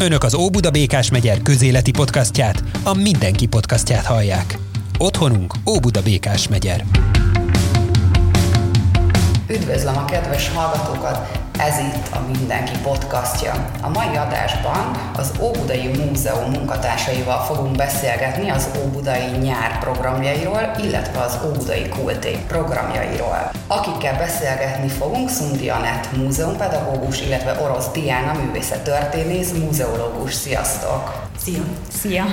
Önök az Óbuda Békás megyer közéleti podcastját, a Mindenki podcastját hallják. Otthonunk Óbuda Békás megyer. Üdvözlöm a kedves hallgatókat! Ez itt a Mindenki podcastja. A mai adásban az Óbudai Múzeum munkatársaival fogunk beszélgetni az Óbudai Nyár programjairól, illetve az Óbudai Kulté programjairól. Akikkel beszélgetni fogunk, Szundi Anett múzeumpedagógus, illetve Orosz Diana művészettörténész, múzeológus. Sziasztok! Szia! Szia!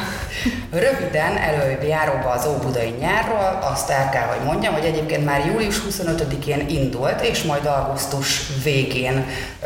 Röviden előjáróba az Óbudai Nyárról azt el kell, hogy mondjam, hogy egyébként már július 25-én indult, és majd augusztus végén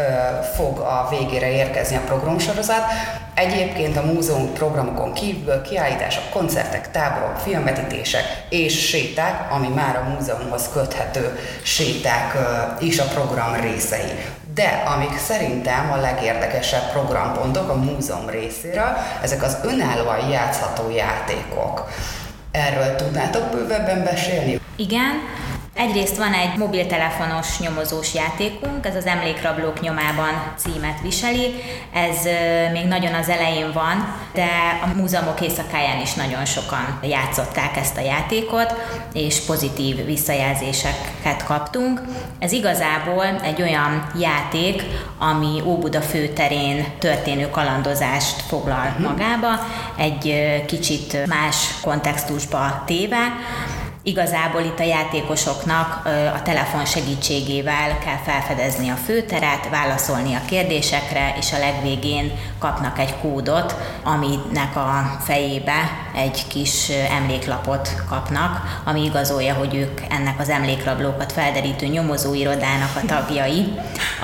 fog a végére érkezni a programsorozat. Egyébként a múzeum programokon kívül kiállítások, koncertek, táborok, filmvetítések és séták, ami már a múzeumhoz köthető séták is a program részei. De amik szerintem a legérdekesebb programpontok a múzeum részéről, ezek az önállóan játszható játékok. Erről tudnátok bővebben beszélni? Igen. Egyrészt van egy mobiltelefonos nyomozós játékunk, ez az Emlékrablók nyomában címet viseli. Ez még nagyon az elején van, de a múzeumok éjszakáján is nagyon sokan játszották ezt a játékot, és pozitív visszajelzéseket kaptunk. Ez igazából egy olyan játék, ami Óbuda főterén történő kalandozást foglal magába, egy kicsit más kontextusba téve. Igazából itt a játékosoknak a telefon segítségével kell felfedezni a főteret, válaszolni a kérdésekre, és a legvégén kapnak egy kódot, aminek a fejébe egy kis emléklapot kapnak, ami igazolja, hogy ők ennek az emlékrablókat felderítő nyomozóirodának a tagjai,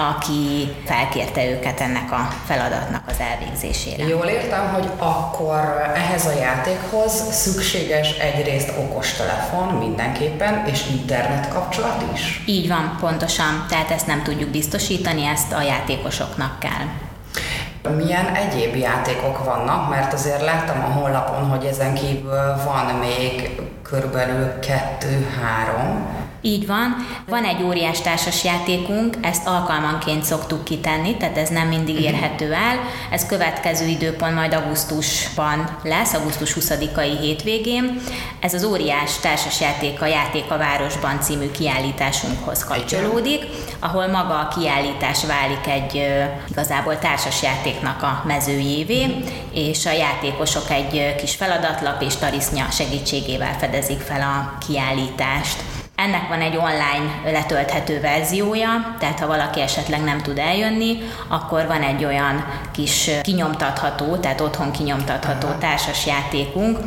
aki felkérte őket ennek a feladatnak az elvégzésére. Jól értem, hogy akkor ehhez a játékhoz szükséges egyrészt okostelefon, mindenképpen, és internet kapcsolat is? Így van, pontosan. Tehát ezt nem tudjuk biztosítani, ezt a játékosoknak kell. Milyen egyéb játékok vannak? Mert azért láttam a honlapon, hogy ezen kívül van még körülbelül 2-3. Így van. Van egy óriás társas játékunk, ezt alkalmanként szoktuk kitenni, tehát ez nem mindig érhető el. Ez következő időpont majd augusztusban lesz, augusztus 20-ai hétvégén. Ez az óriás társas játék a Játék a Városban című kiállításunkhoz kapcsolódik, ahol maga a kiállítás válik egy igazából társas játéknak a mezőjévé, és a játékosok egy kis feladatlap és tarisznya segítségével fedezik fel a kiállítást. Ennek van egy online letölthető verziója, tehát ha valaki esetleg nem tud eljönni, akkor van egy olyan kis kinyomtatható, tehát otthon kinyomtatható társas játékunk,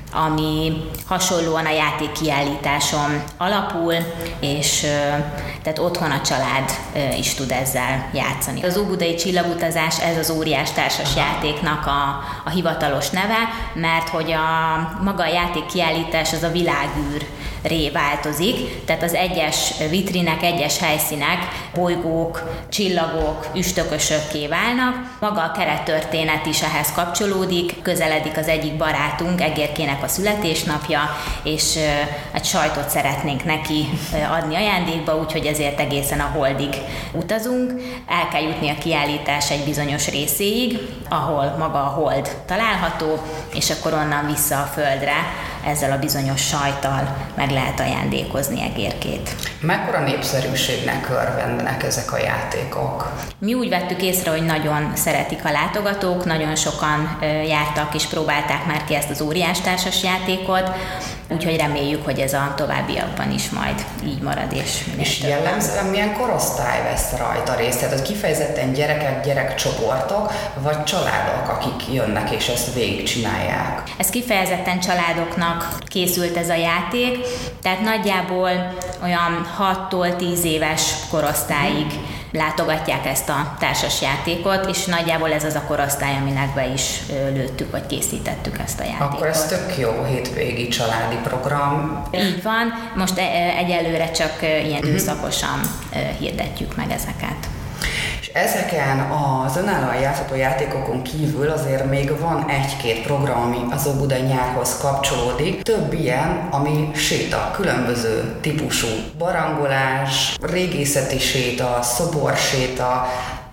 ami hasonlóan a játékkiállításon alapul, és tehát otthon a család is tud ezzel játszani. Az Óbudai Csillagutazás, ez az óriás társas játéknak a hivatalos neve, mert hogy maga a játékkiállítás az a világűrré változik, tehát az egyes vitrinek, egyes helyszínek, bolygók, csillagok, üstökösökké válnak. Maga a kerettörténet is ehhez kapcsolódik, közeledik az egyik barátunk, Egérkének a születésnapja, és egy sajtot szeretnénk neki adni ajándékba, úgyhogy ezért egészen a Holdig utazunk. El kell jutni a kiállítás egy bizonyos részéig, ahol maga a Hold található, és akkor onnan vissza a Földre ezzel a bizonyos sajttal meg lehet ajándékozni Egérkét. Mekkora népszerűségnek örvendenek ezek a játékok? Mi úgy vettük észre, hogy nagyon szeretik a látogatók, nagyon sokan jártak és próbálták már ki ezt az óriás társas játékot, úgyhogy reméljük, hogy ez a továbbiakban is majd így marad. És jellemzően milyen korosztály vesz rajta részt? Tehát az kifejezetten gyerekek, gyerekcsoportok, vagy családok, akik jönnek és ezt végigcsinálják? Ez kifejezetten családoknak készült ez a játék, tehát nagyjából olyan 6-tól 10 éves korosztályig látogatják ezt a társasjátékot, és nagyjából ez az a korosztály, aminek be is lőttük, vagy készítettük ezt a játékot. Akkor ez tök jó hétvégi családi program. Így van, most egyelőre csak ilyen időszakosan hirdetjük meg ezeket. És ezeken az önállóan játszható játékokon kívül azért még van egy-két program, ami az Óbudai Nyárhoz kapcsolódik. Több ilyen, ami séta, különböző típusú barangolás, régészeti séta, szoborséta.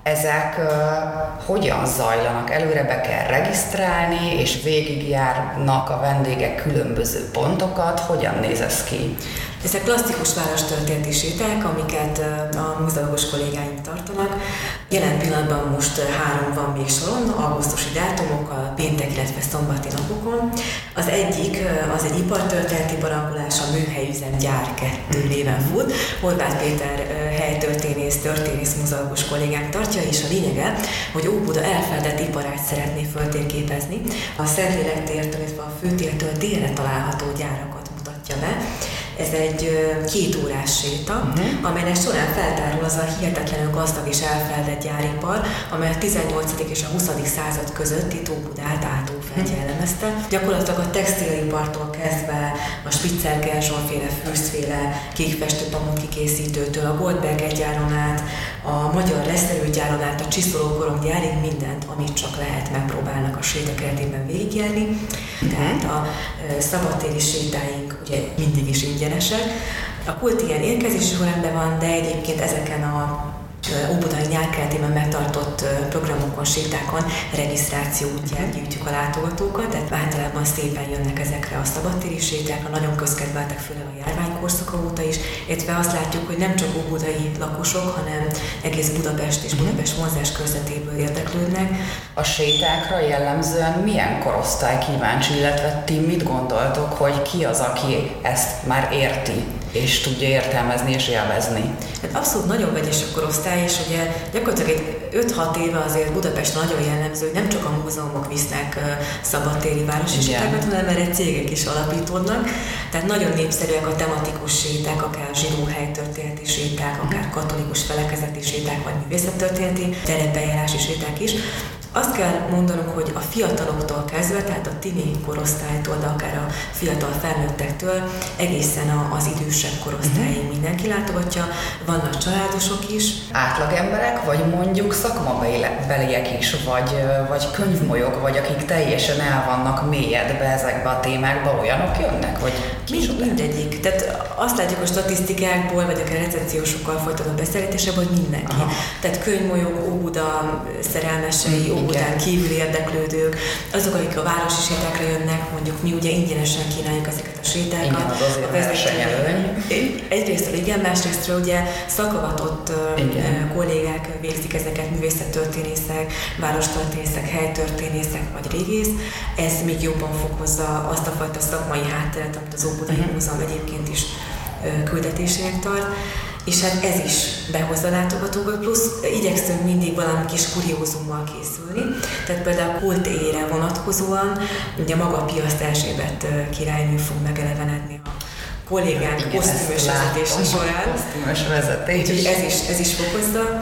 Ezek hogyan zajlanak? Előre be kell regisztrálni, és végigjárnak a vendégek különböző pontokat. Hogyan néz ez ki? Ezek klasszikus várostörténeti séták, amiket a muzeológus kollégáink tartanak. Jelen pillanatban most 3 van még soron, augusztusi dátumokkal, péntek, illetve szombati napokon. Az egyik az egy ipartörténeti barangolás, a Műhelyüzem Gyár 2 néven fut. Horváth Péter helytörténész muzeológus kollégánk tartja, és a lényege, hogy Óbuda elfeledett iparát szeretné föltérképezni. A Szentlélek tértől, illetve a Főtértől délre található gyárakat mutatja be. Ez egy 2 órás séta, amelynek során feltárul az a hihetetlenül gazdag és elfeledett gyáripar, amely a 18. és a 20. század közötti Óbudát átófelt jellemezte. Gyakorlatilag a textilipartól kezdve a Spitzer Gerzson-féle, Fürst-féle kékfestőpamut kikészítőtől, a Goldberger gyáron át, a magyar leszerűgyáron át, a csiszolókorong gyárig mindent, amit csak lehet, megpróbálnak a séta keretében végigjárni. Tehát a szabadtéri sétáink ugye mindig is ingyenesek. A kult ilyen érkezési sorrendben van, de egyébként ezeken a óbudai nyár keretében megtartott programokon, sétákon regisztráció útján gyűjtjük a látogatókat, tehát általában szépen jönnek ezekre a szabadtéri sétákra, nagyon közkedveltek, főleg a járványkorszaka óta is, illetve azt látjuk, hogy nem csak óbudai lakosok, hanem egész Budapest és Budapest vonzás körzetéből érdeklődnek. A sétákra jellemzően milyen korosztály kíváncsi, illetve ti mit gondoltok, hogy ki az, aki ezt már érti, és tudja értelmezni és élvezni? Hát abszolút nagyon vegyes a korosztály, és ugye gyakorlatilag egy 5-6 éve azért Budapest nagyon jellemző, hogy nem csak a múzeumok visznek szabadtéri városi sétákat, hanem erre cégek is alapítódnak. Tehát nagyon népszerűek a tematikus séták, akár zsidó helytörténeti séták, akár katolikus felekezeti séták, vagy művészettörténeti terepbejárási séták is. Azt kell mondanunk, hogy a fiataloktól kezdve, tehát a tini korosztálytól, de akár a fiatal felnőttektől egészen az idősebb korosztályig mindenki látogatja, vannak családosok is. Átlagemberek, vagy mondjuk szakmabeliek is, vagy könyvmolyok, vagy akik teljesen el vannak mélyedve ezekbe a témákba, olyanok jönnek, vagy mindegyik. Tehát azt látjuk a statisztikákból, vagy akár recenziósokkal folytatott beszélgetésekből, hogy mindenki. Aha. Tehát könyvmolyok, Óbuda szerelmesei, Óbudán kívül érdeklődők, azok, akik a városi sétákra jönnek, mondjuk mi ugye ingyenesen kínáljuk ezeket a sétákat. Igen, az azért versenyelőny. Egyrésztről igen, másrésztről ugye szakavatott kollégák végzik ezeket, művészettörténészek, várostörténészek, helytörténészek vagy régész. Ez még jobban fokozza azt a fajta szakmai hátteret, amit az Óbudai Múzeum egyébként is küldetésének tart. És hát ez is behozza a látogatókat, plusz igyekszünk mindig valami kis kuriózummal készülni. Tehát például a kult éjre vonatkozóan, ugye maga Piast Erzsébet királynő fog megelevenedni a kollégánk kosztümös vezetése során. Kosztümös vezetés. Úgyhogy ez is fokozza.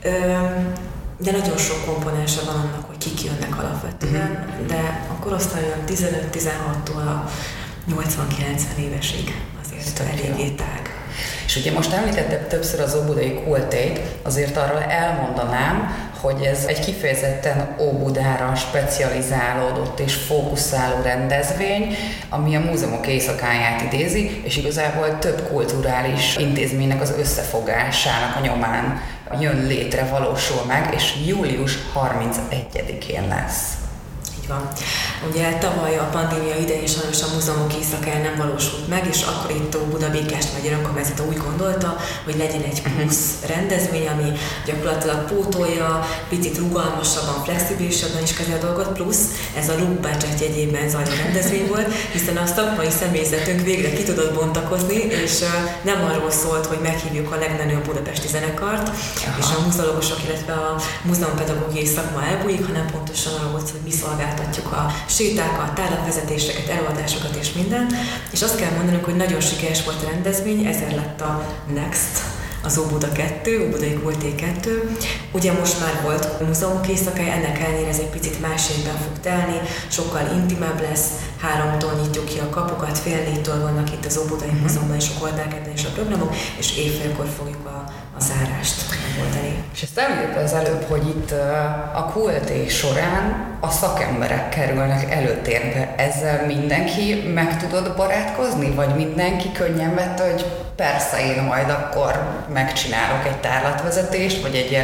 De nagyon sok komponense van annak, hogy kik jönnek alapvetően, de a korosztály olyan 15-16-tól a 80-90 évesig azért eléggé tág. És ugye most említettem többször az óbudai kultét, azért arról elmondanám, hogy ez egy kifejezetten Óbudára specializálódott és fókuszáló rendezvény, ami a múzeumok éjszakáját idézi, és igazából több kulturális intézménynek az összefogásának a nyomán jön létre, valósul meg, és július 31-én lesz. Van. Ugye tavaly a pandémia idején sajnos a múzeumok éjszakája nem valósult meg, és akkor itt Óbuda Békás megyei önkormányzata úgy gondolta, hogy legyen egy plusz rendezvény, ami gyakorlatilag pótolja, picit rugalmasabban, flexibilisabban is kezeli a dolgot, plusz ez a low budget jegyében zajló rendezvény volt, hiszen a szakmai személyzetünk végre ki tudott bontakozni, és nem arról szólt, hogy meghívjuk a legnagyobb budapesti zenekart, és a muzeológusok, illetve a múzeumpedagógiai szakma elbújik, hanem pontosan arról volt, hogy mi szolgáltatjuk a sétákat, tárlatvezetéseket, előadásokat és mindent. És azt kell mondanunk, hogy nagyon sikeres volt a rendezvény, ezért lett a Next, az Óbuda 2, Óbudai Kulté 2. Ugye most már volt múzeumok éjszakája, ennek ellenére ez egy picit más évben fog telni, sokkal intimebb lesz, 3-tól nyitjuk ki a kapukat, fél 4-től vannak itt az Óbudai Múzeumban és a Goldbergerben is a programok, és évfélkor fogjuk a zárást megoldani. És ezt említette az előbb, hogy itt a kulté során a szakemberek kerülnek előtérbe. Ezzel mindenki meg tudott barátkozni? Vagy mindenki könnyen vette, hogy persze én majd akkor megcsinálok egy tárlatvezetést, vagy egy előadást,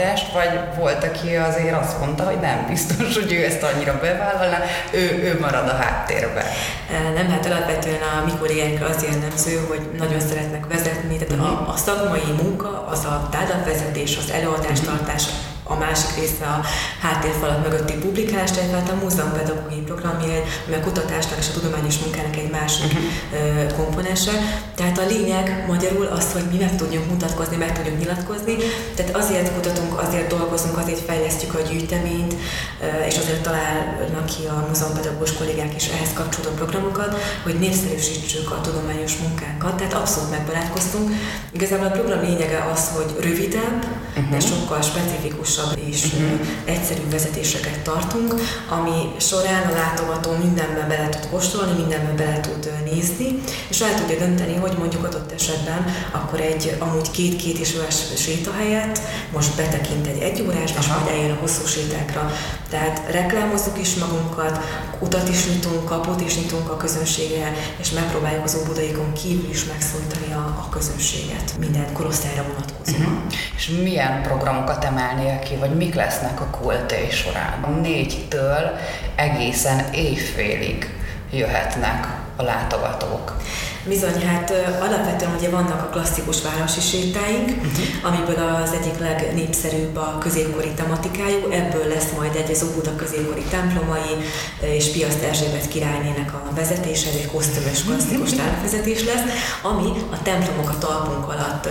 előadást, vagy volt, aki azért azt mondta, hogy nem biztos, hogy ő ezt annyira bevállalna, ő marad a háttérben. Nem, hát alapvetően a mi kollégáinkra az jellemző, hogy nagyon szeretnek vezetni, tehát a szakmai munka, az a tárlatvezetés, az előadástartás, a másik része a háttérfalak mögötti publikálás, tehát a múzeumpedagógiai programjel, ami a kutatásnak és a tudományos munkának egy másik komponense. Tehát a lényeg magyarul az, hogy mi meg tudjunk mutatkozni, meg tudjunk nyilatkozni, tehát azért kutatunk, azért dolgozunk, azért fejlesztjük a gyűjteményt, és azért találnak ki a múzeumpedagógus kollégák is ehhez kapcsolódó programokat, hogy népszerűsítsük a tudományos munkánkat, tehát abszolút megbarátkoztunk. Igazából a program lényege az, hogy rövidebb, de sokkal specifikusabb és egyszerű vezetéseket tartunk, ami során a látogató mindenben bele tud kóstolni, mindenben bele tud nézni, és el tudja dönteni, hogy mondjuk adott esetben akkor egy amúgy 2 órás séta helyett most betekint egy órás, és majd eljön a hosszú sétákra. Tehát reklámozzuk is magunkat, utat is nyitunk, kaput is nyitunk a közönségre, és megpróbáljuk az Óbudaikon kívül is megszólítani a közönséget minden korosztályra vonatkozóan. És milyen programokat emelnél ki, vagy mik lesznek a QLT során? 4-től egészen éjfélig jöhetnek a látogatók. Bizony, hát alapvetően ugye vannak a klasszikus városi sétáink, amiből az egyik legnépszerűbb a középkori tematikájú, ebből lesz majd egy Óbuda középkori templomai és Piast Erzsébet királynének a vezetése, egy kosztümös klasszikus táncvezetés lesz, ami a templomok a talpunk alatt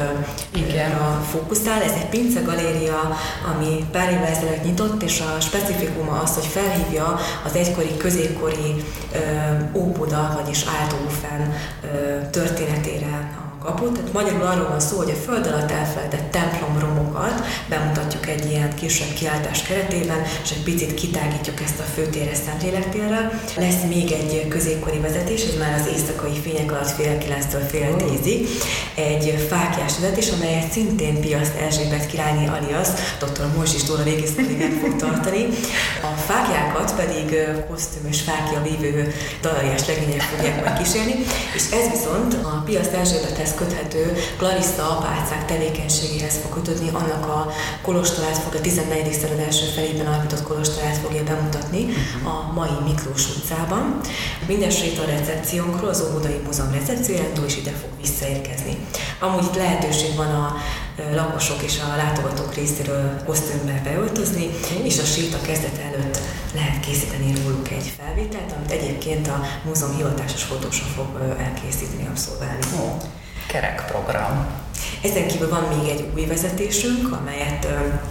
fókuszál. Ez egy pince galéria, ami pár évvel ezelőtt nyitott, és a specifikuma az, hogy felhívja az egykori, középkori Óbuda, vagyis Aalto-Újfán történetére a kaput. Tehát magyarul arról van szó, hogy a föld alatt elfeledett templomromokat bemutatjuk egy ilyen kisebb kiállítás keretében, és egy picit kitágítjuk ezt a főtérre, Szentlélektérrel. Lesz még egy középkori vezetés, ez már az éjszakai fények alatt fél 9-től fél 10-ig. Egy fáklyás vezetés, amelyet szintén Piast Erzsébet királyné alias dr. Mojzsis Dóra régészkollégák fog tartani. A fáklyákat pedig kosztümös fáklyavívő dalaias legények fogják majd kísérni, és ez viszont a Piast Erzsébethez köthető Clarissa apácák tevékenységéhez fog kötődni, annak a kolostorát fog a 14. század első felében alapított kolostorát fogja bemutatni a mai Miklós utcában. Minden séta recepciónkról az Óbudai Múzeum recepciójától is ide fog visszaérkezni. Amúgy itt lehetőség van a lakosok és a látogatók részéről kosztümbe beöltözni, és a séta kezdete előtt lehet készíteni róluk egy felvételt, amit egyébként a múzeum hivatásos fotósa fog elkészíteni, abszolválni. Kerek program. Ezen kívül van még egy új vezetésünk, amelyet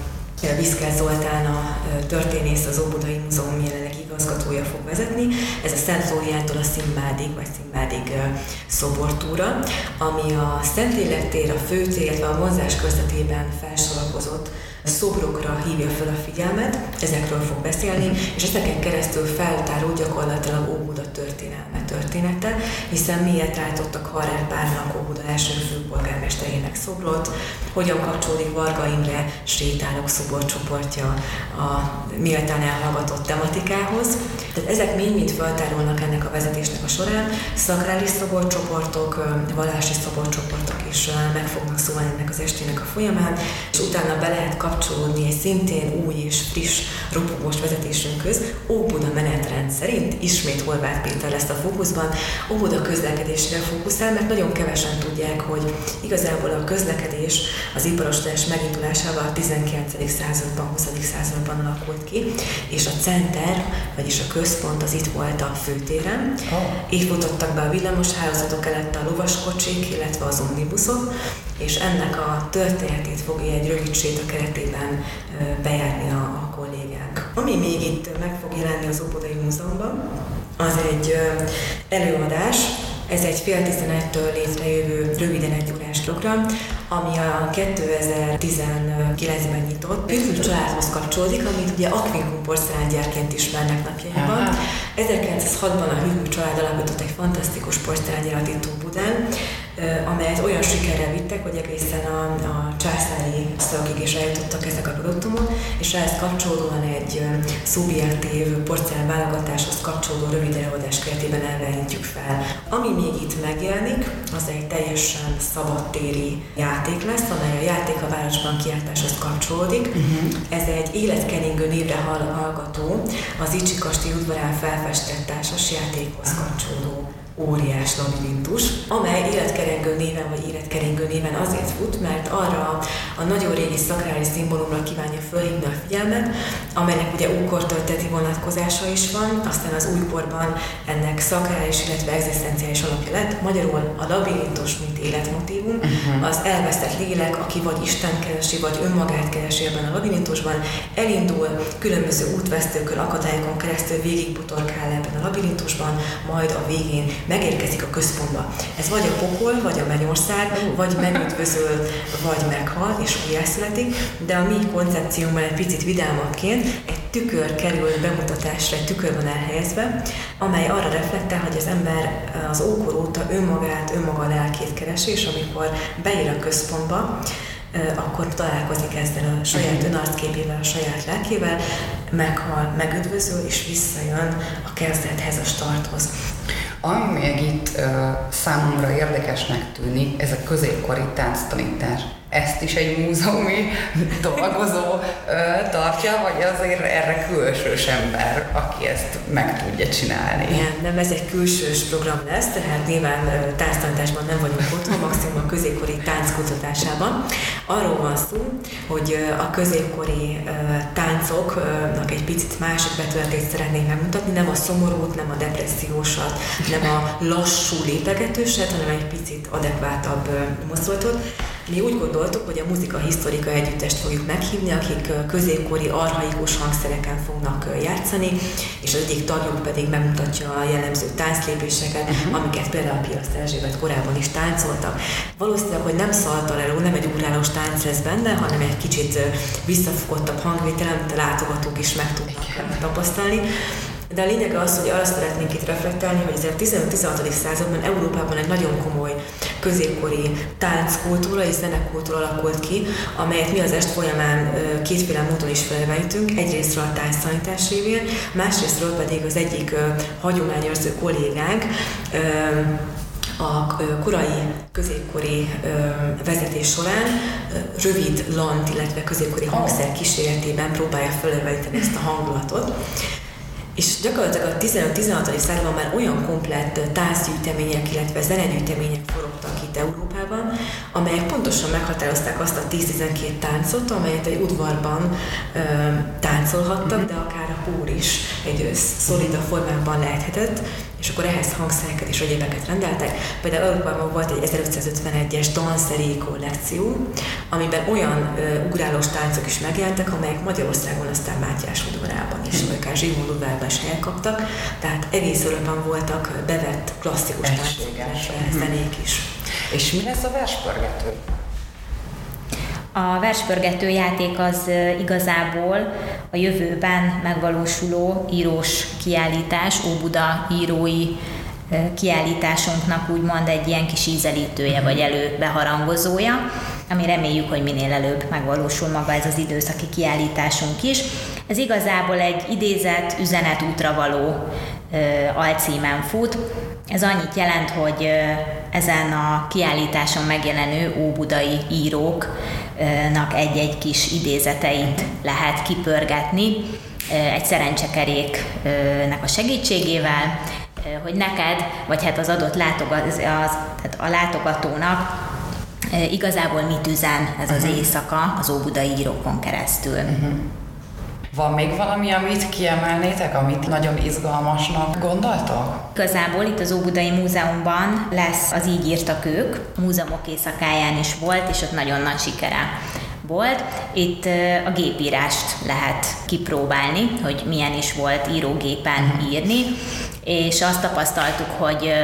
Viszkel Zoltán, a történész, az Óbudai Múzeum jelenleg igazgatója fog vezetni. Ez a Szent Flóriántól a Szimbádig szobortúra, ami a Szentlélektér, a főtér, illetve a vonzás közvetében felsorakozott szobrokra hívja fel a figyelmet, ezekről fog beszélni, és ezeken keresztül feltárul gyakorlatilag Óbuda története, hiszen miért állítottak Harrer Pálnak Óbuda első főpolgármesterének szobrot, hogyan kapcsolódik Varga Imre sétálók szoborcsoportja a méltán elhallgatott tematikához. Tehát ezek mind feltárulnak ennek a vezetésnek a során. Szakrális szoborcsoportok, vallási szoborcsoportok is meg fognak szólni ennek az estének a folyamán, és utána be lehet kapcsolódni egy szintén új és friss, ropogós vezetésünkhöz. Óbuda menetrend szerint ismét Horváth Péter lesz a fókuszban. Óbuda közlekedésre fókuszál, mert nagyon kevesen tudják, hogy igazából a közlekedés az iparosodás megindulásával a 19. században, 20. században alakult ki, és a center, vagyis a központ az itt volt a főtéren. Így futottak be a villamoshálózatok előtt a lovaskocsik, illetve az omnibuszok, és ennek a történetét fogja egy rövid séta keretében bejárni a kollégánk. Ami még itt meg fog jelenni az Óbudai Múzeumban, az egy előadás. Ez egy fél 11-től létrejövő röviden 1 órás program, ami a 2019-ben nyitott Hűvű családhoz kapcsolódik, amit ugye Aquincum porcelángyárként ismernek napjainkban. 1906-ban a Hűvű család alapított egy fantasztikus porcelángyárat itt Óbudán, amelyet olyan sikerrel vittek, hogy egészen a császári szalagig is eljutottak ezek a produktumok, és ehhez kapcsolódóan egy szubjektív porcelán válogatáshoz kapcsolódó rövid előadás keretében elvehetjük fel. Ami még itt megjelenik, az egy teljesen szabadtéri játék lesz, amely a Játék a városban kiáltáshoz kapcsolódik. Ez egy életkeringő névre hallgató, az Icsi kastély udvarán felfestett társas játékhoz kapcsolódó óriás labirintus, amely életkeringő néven azért fut, mert arra a nagyon régi szakrális szimbólumra kívánja fölhívni a figyelmet, amelynek ugye ókortölteti vonatkozása is van, aztán az újkorban ennek szakrális, illetve egzisztenciális alapja lett. Magyarul a labirintus, mint életmotívum, az elvesztett lélek, aki vagy Isten keresi, vagy önmagát keresi ebben a labirintusban, elindul különböző útvesztőkön, akadályokon keresztül végigbutorkál ebben a labirintusban, majd a végén megérkezik a központba. Ez vagy a pokol, vagy a mennyország, vagy megüdvözöl, vagy meghal, és újjászületik, de a mi koncepcióban egy picit vidámabbként egy tükör kerül bemutatásra, egy tükör van elhelyezve, amely arra reflektál, hogy az ember az ókor óta önmaga lelkét keresi, és amikor beír a központba, akkor találkozik ezzel a saját önarcképével, a saját lelkével, meghal, megüdvözöl, és visszajön a kezdethez, a starthoz. Ami még itt számomra érdekesnek tűnik, ez a középkori tánctanítás. Ezt is egy múzeumi dolgozó tartja, vagy azért erre külsős ember, aki ezt meg tudja csinálni? Nem, ez egy külsős program lesz, tehát nyilván tánctanításban nem vagyunk otthon, maximum a középkori tánc kutatásában. Arról van szó, hogy a középkori táncoknak egy picit másik vetületét szeretnénk megmutatni, nem a szomorút, nem a depressziósat, nem a lassú lépegetőset, hanem egy picit adekvátabb mozdulatot. Mi úgy gondoltuk, hogy a muzika-historika együttest fogjuk meghívni, akik középkori archaikus hangszereken fognak játszani, és az egyik tagjuk pedig megmutatja a jellemző tánclépéseket, amiket például Piast Erzsébet korábban is táncoltak. Valószínűleg, hogy nem szaltaleló, nem egy ugrálós tánc lesz benne, hanem egy kicsit visszafogottabb hangvétel, amit a látogatók is meg tudnak tapasztalni. De a lényeg az, hogy arra szeretnénk itt reflektálni, hogy ez a 15-16. században Európában egy nagyon komoly középkori tánckultúra és zenekultúra alakult ki, amelyet mi az est folyamán kétféle módon is felvehetünk. Egyrésztről a tánctanítás révén, másrésztről pedig az egyik hagyományőrző kollégánk a korai, középkori vezetés során rövid lant, illetve középkori hangszer kíséretében próbálja felelvetíteni ezt a hangulatot. És gyakorlatilag a 15-16. században már olyan komplett táncgyűjtemények, illetve zenegyűjtemények forogtak itt Európában, amelyek pontosan meghatározták azt a 10-12 táncot, amelyet egy udvarban táncolhattak, de akár a kór is egy szolidabb formában lehetett, és akkor ehhez hangszereket és egyébeket rendeltek. Például Európában volt egy 1551-es danszeri kollekció, amiben olyan ugrálós táncok is megjelentek, amelyek Magyarországon aztán Mátyás udvarában is, vagy akár Zsigmond udvarában is helyet kaptak, tehát egész Európában voltak bevett klasszikus táncok, zenék is. És mi lesz a verspörgető? A verspörgető játék az igazából a jövőben megvalósuló írós kiállítás, Óbuda írói kiállításunknak úgymond egy ilyen kis ízelítője vagy előbeharangozója, ami reméljük, hogy minél előbb megvalósul maga ez az időszaki kiállításunk is. Ez igazából egy idézett üzenetútra való alcímen fut. Ez annyit jelent, hogy ezen a kiállításon megjelenő óbudai íróknak egy-egy kis idézeteit lehet kipörgetni egy szerencsekeréknek a segítségével, hogy neked, vagy hát az adott a látogatónak igazából mit üzen ez az éjszaka az óbudai írókon keresztül. Van még valami, amit kiemelnétek, amit nagyon izgalmasnak gondoltok? Igazából itt az Óbudai Múzeumban lesz az Így írtak ők, a múzeumok éjszakáján is volt, és ott nagyon nagy sikere volt. Itt a gépírást lehet kipróbálni, hogy milyen is volt írógépen írni, és azt tapasztaltuk, hogy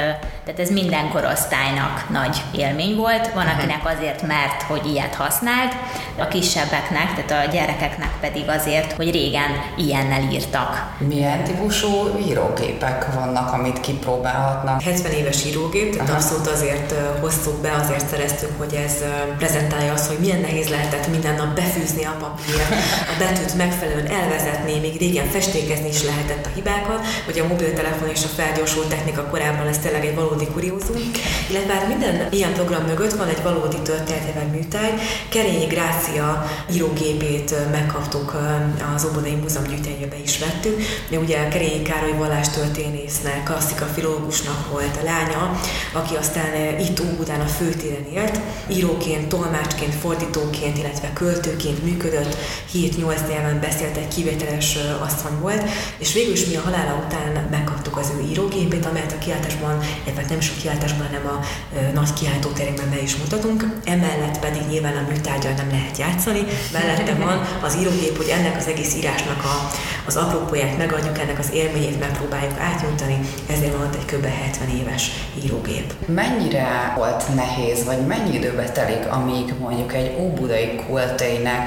Tehát ez minden korosztálynak nagy élmény volt. Van, akinek azért, mert hogy ilyet használt, a kisebbeknek, tehát a gyerekeknek pedig azért, hogy régen ilyennel írtak. Milyen típusú írógépek vannak, amit kipróbálhatnak? 70 éves írógép, tehát abszolút azért hoztuk be, azért szereztük, hogy ez prezentálja azt, hogy milyen nehéz lehetett minden nap befűzni a papírt, a betűt megfelelően elvezetni, még régen festékezni is lehetett a hibákat, hogy a mobiltelefon és a felgyorsult technika korában ez tényleg egy valódi kuriózum, illetve hát minden ilyen program mögött van egy valódi történet, műtárgy. Kerényi Grácia írógépét megkaptuk, az Óbudai Múzeum gyűjteménybe is vettük, de ugye Kerényi Károly vallástörténésznek, klasszika filológusnak volt a lánya, aki aztán itt Óbudán a főtéren élt, íróként, tolmácsként, fordítóként, illetve költőként működött, 7-8 nyelven beszélt, egy kivételes asszony volt, és végül is mi a halála után megkaptuk az ő írógépét, amelyet a kiáltásban, illetve nem sok kiáltásban, hanem a nagy kiáltóterekben be is mutatunk. Emellett pedig nyilván a műtárgyal nem lehet játszani, mellette van az írógép, hogy ennek az egész írásnak az apropóját megadjuk, ennek az élményét megpróbáljuk átnyújtani, ezért van egy kb. 70 éves írógép. Mennyire volt nehéz, vagy mennyi időbe telik, amíg mondjuk egy óbudai kultének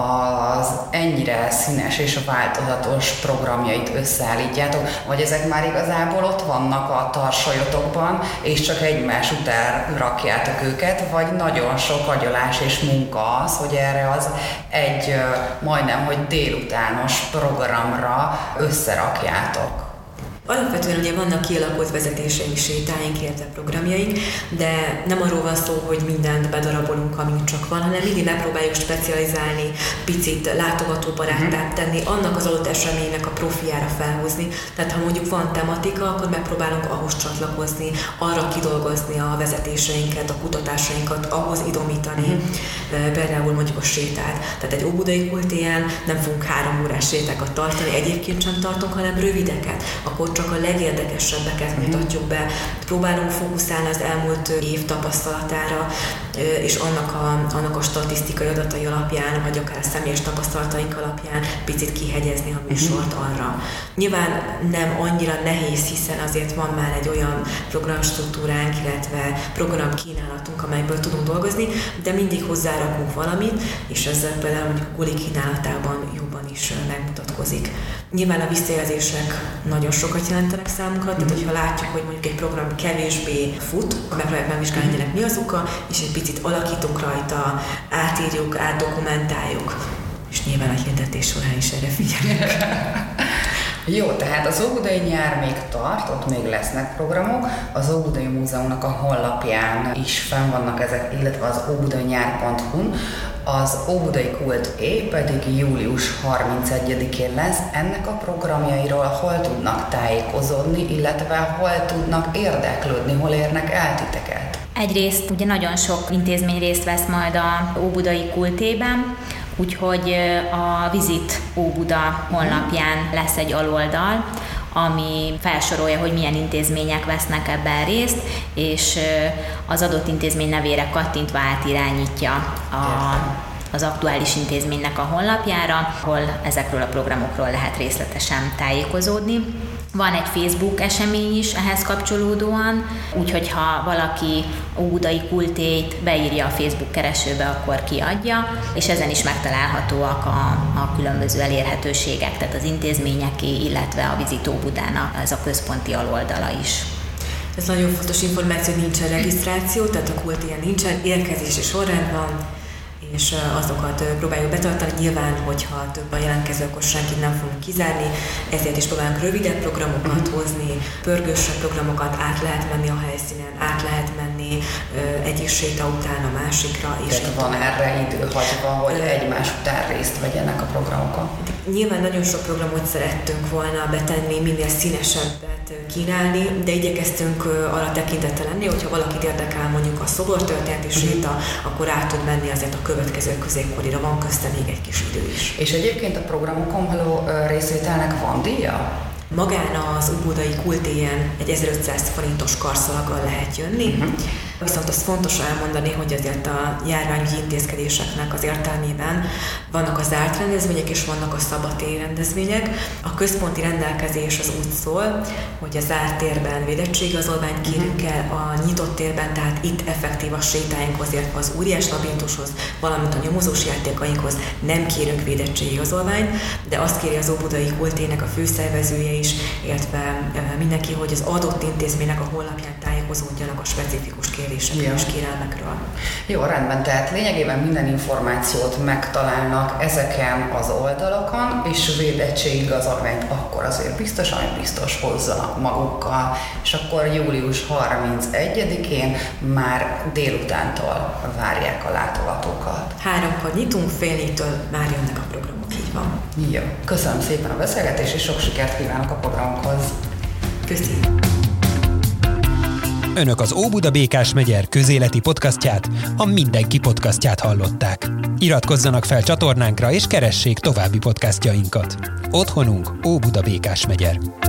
az ennyire színes és változatos programjait összeállítjátok, vagy ezek már igazából ott vannak a tarsolyotokban, és csak egymás után rakjátok őket, vagy nagyon sok agyalás és munka az, hogy erre az egy majdnem, hogy délutános programra összerakjátok? Alapvetően ugye vannak kialakult vezetéseink, sétáink, illetve programjaink, de nem arról van szó, hogy mindent bedarabolunk, amint csak van, hanem mindig megpróbáljuk specializálni, picit látogatóbaráttá tenni, annak az adott eseménynek a profiára felhozni. Tehát ha mondjuk van tematika, akkor megpróbálunk ahhoz csatlakozni, arra kidolgozni a vezetéseinket, a kutatásainkat, ahhoz idomítani. Például mondjuk a sétát. Tehát egy óbudai kultéján nem fogunk 3 órás sétákat tartani, egyébként sem tartunk, hanem rövideket. Akkor csak a legérdekesebbeket mutatjuk be. Próbálunk fókuszálni az elmúlt év tapasztalatára, és annak a statisztikai adatai alapján, vagy akár a személyes tapasztalataink alapján picit kihegyezni a műsort arra. Nyilván nem annyira nehéz, hiszen azért van már egy olyan programstruktúránk, illetve programkínálatunk, amelyből tudunk dolgozni, de mindig hozzárakunk valamit, és ezzel például mondjuk a guli kínálatában jobban is megmutatkozik. Nyilván a visszajelzések nagyon sokat jelentenek számunkra, tehát hogyha látjuk, hogy mondjuk egy program kevésbé fut, akkor megpróbáljuk megvizsgálni, hogy ennek mi az oka, és egy picit alakítunk rajta, átírjuk, átdokumentáljuk, és nyilván a hirdetés során is erre figyelünk. Jó, tehát az Óbudai nyár még tart, ott még lesznek programok, az Óbudai Múzeumnak a honlapján is fenn vannak ezek, illetve az óbudainnyár.hu-n, az Óbudai Kulté pedig július 31-én lesz. Ennek a programjairól hol tudnak tájékozódni, illetve hol tudnak érdeklődni, hol érnek el titeket? Egyrészt ugye nagyon sok intézmény részt vesz majd a Óbudai Kultében, úgyhogy a Visit Óbuda honlapján lesz egy aloldal, ami felsorolja, hogy milyen intézmények vesznek ebben részt, és az adott intézmény nevére kattintva átirányítja az aktuális intézménynek a honlapjára, ahol ezekről a programokról lehet részletesen tájékozódni. Van egy Facebook esemény is ehhez kapcsolódóan, úgyhogy ha valaki Óbudai Kultét beírja a Facebook keresőbe, akkor kiadja, és ezen is megtalálhatóak a különböző elérhetőségek, tehát az intézményeké, illetve a Visit Óbudának ez a központi aloldala is. Ez nagyon fontos információ, nincsen regisztráció, tehát a kultén nincsen, érkezési sorrend van, és azokat próbáljuk betartani. Nyilván, hogyha több a jelentkező, akkor senkit nem fogunk kizárni, ezért is próbálunk rövidebb programokat hozni, pörgősebb programokat, át lehet menni a helyszínen, át lehet menni egyik séta után a másikra. Tehát van erre idő hagyva, hogy egymás után részt vegyenek a programokon? Nyilván nagyon sok programot szerettünk volna betenni, minél színesebbet kínálni, de igyekeztünk arra tekintettel lenni, hogyha valakit érdekel mondjuk a szobortörténeti séta, akkor át tud menni azért a következő középkorira, van közte még egy kis idő is. És egyébként a programokon való részvételnek van díja? Magán az óbudai kultéjen egy 1500 forintos karszalaggal lehet jönni, viszont az fontos elmondani, hogy azért a járványügyi intézkedéseknek az értelmében vannak az zárt rendezvények és vannak a szabadtéri rendezvények. A központi rendelkezés az úgy szól, hogy a zárt térben védettségigazolványt kérünk el, a nyitott térben, tehát itt effektív a sétáinkhoz, illetve az óriás labirintushoz, valamint a nyomozós játékainkhoz nem kérünk védettségigazolványt, de azt kéri az óbudai kultének a főszervezője is, illetve mindenki, hogy az adott intézménynek a honlapján tájékozódjanak a specifikus kérdésekről és kérelmekről. Jó, rendben, tehát lényegében minden információt megtalálnak ezeken az oldalakon, és védettségigazolványt akkor azért biztos hozzanak magukkal, és akkor július 31-én már délutántól várják a látogatókat. 3-kor nyitunk, fél 4-től már jönnek a programok, így van. Jó, köszönöm szépen a beszélgetést, és sok sikert kívánok a programokhoz. Köszönöm. Önök az Óbuda Békás megyer közéleti podcastját, a Mindenki podcastját hallották. Iratkozzanak fel csatornánkra és keressék további podcastjainkat. Otthonunk Óbuda Békás megyer.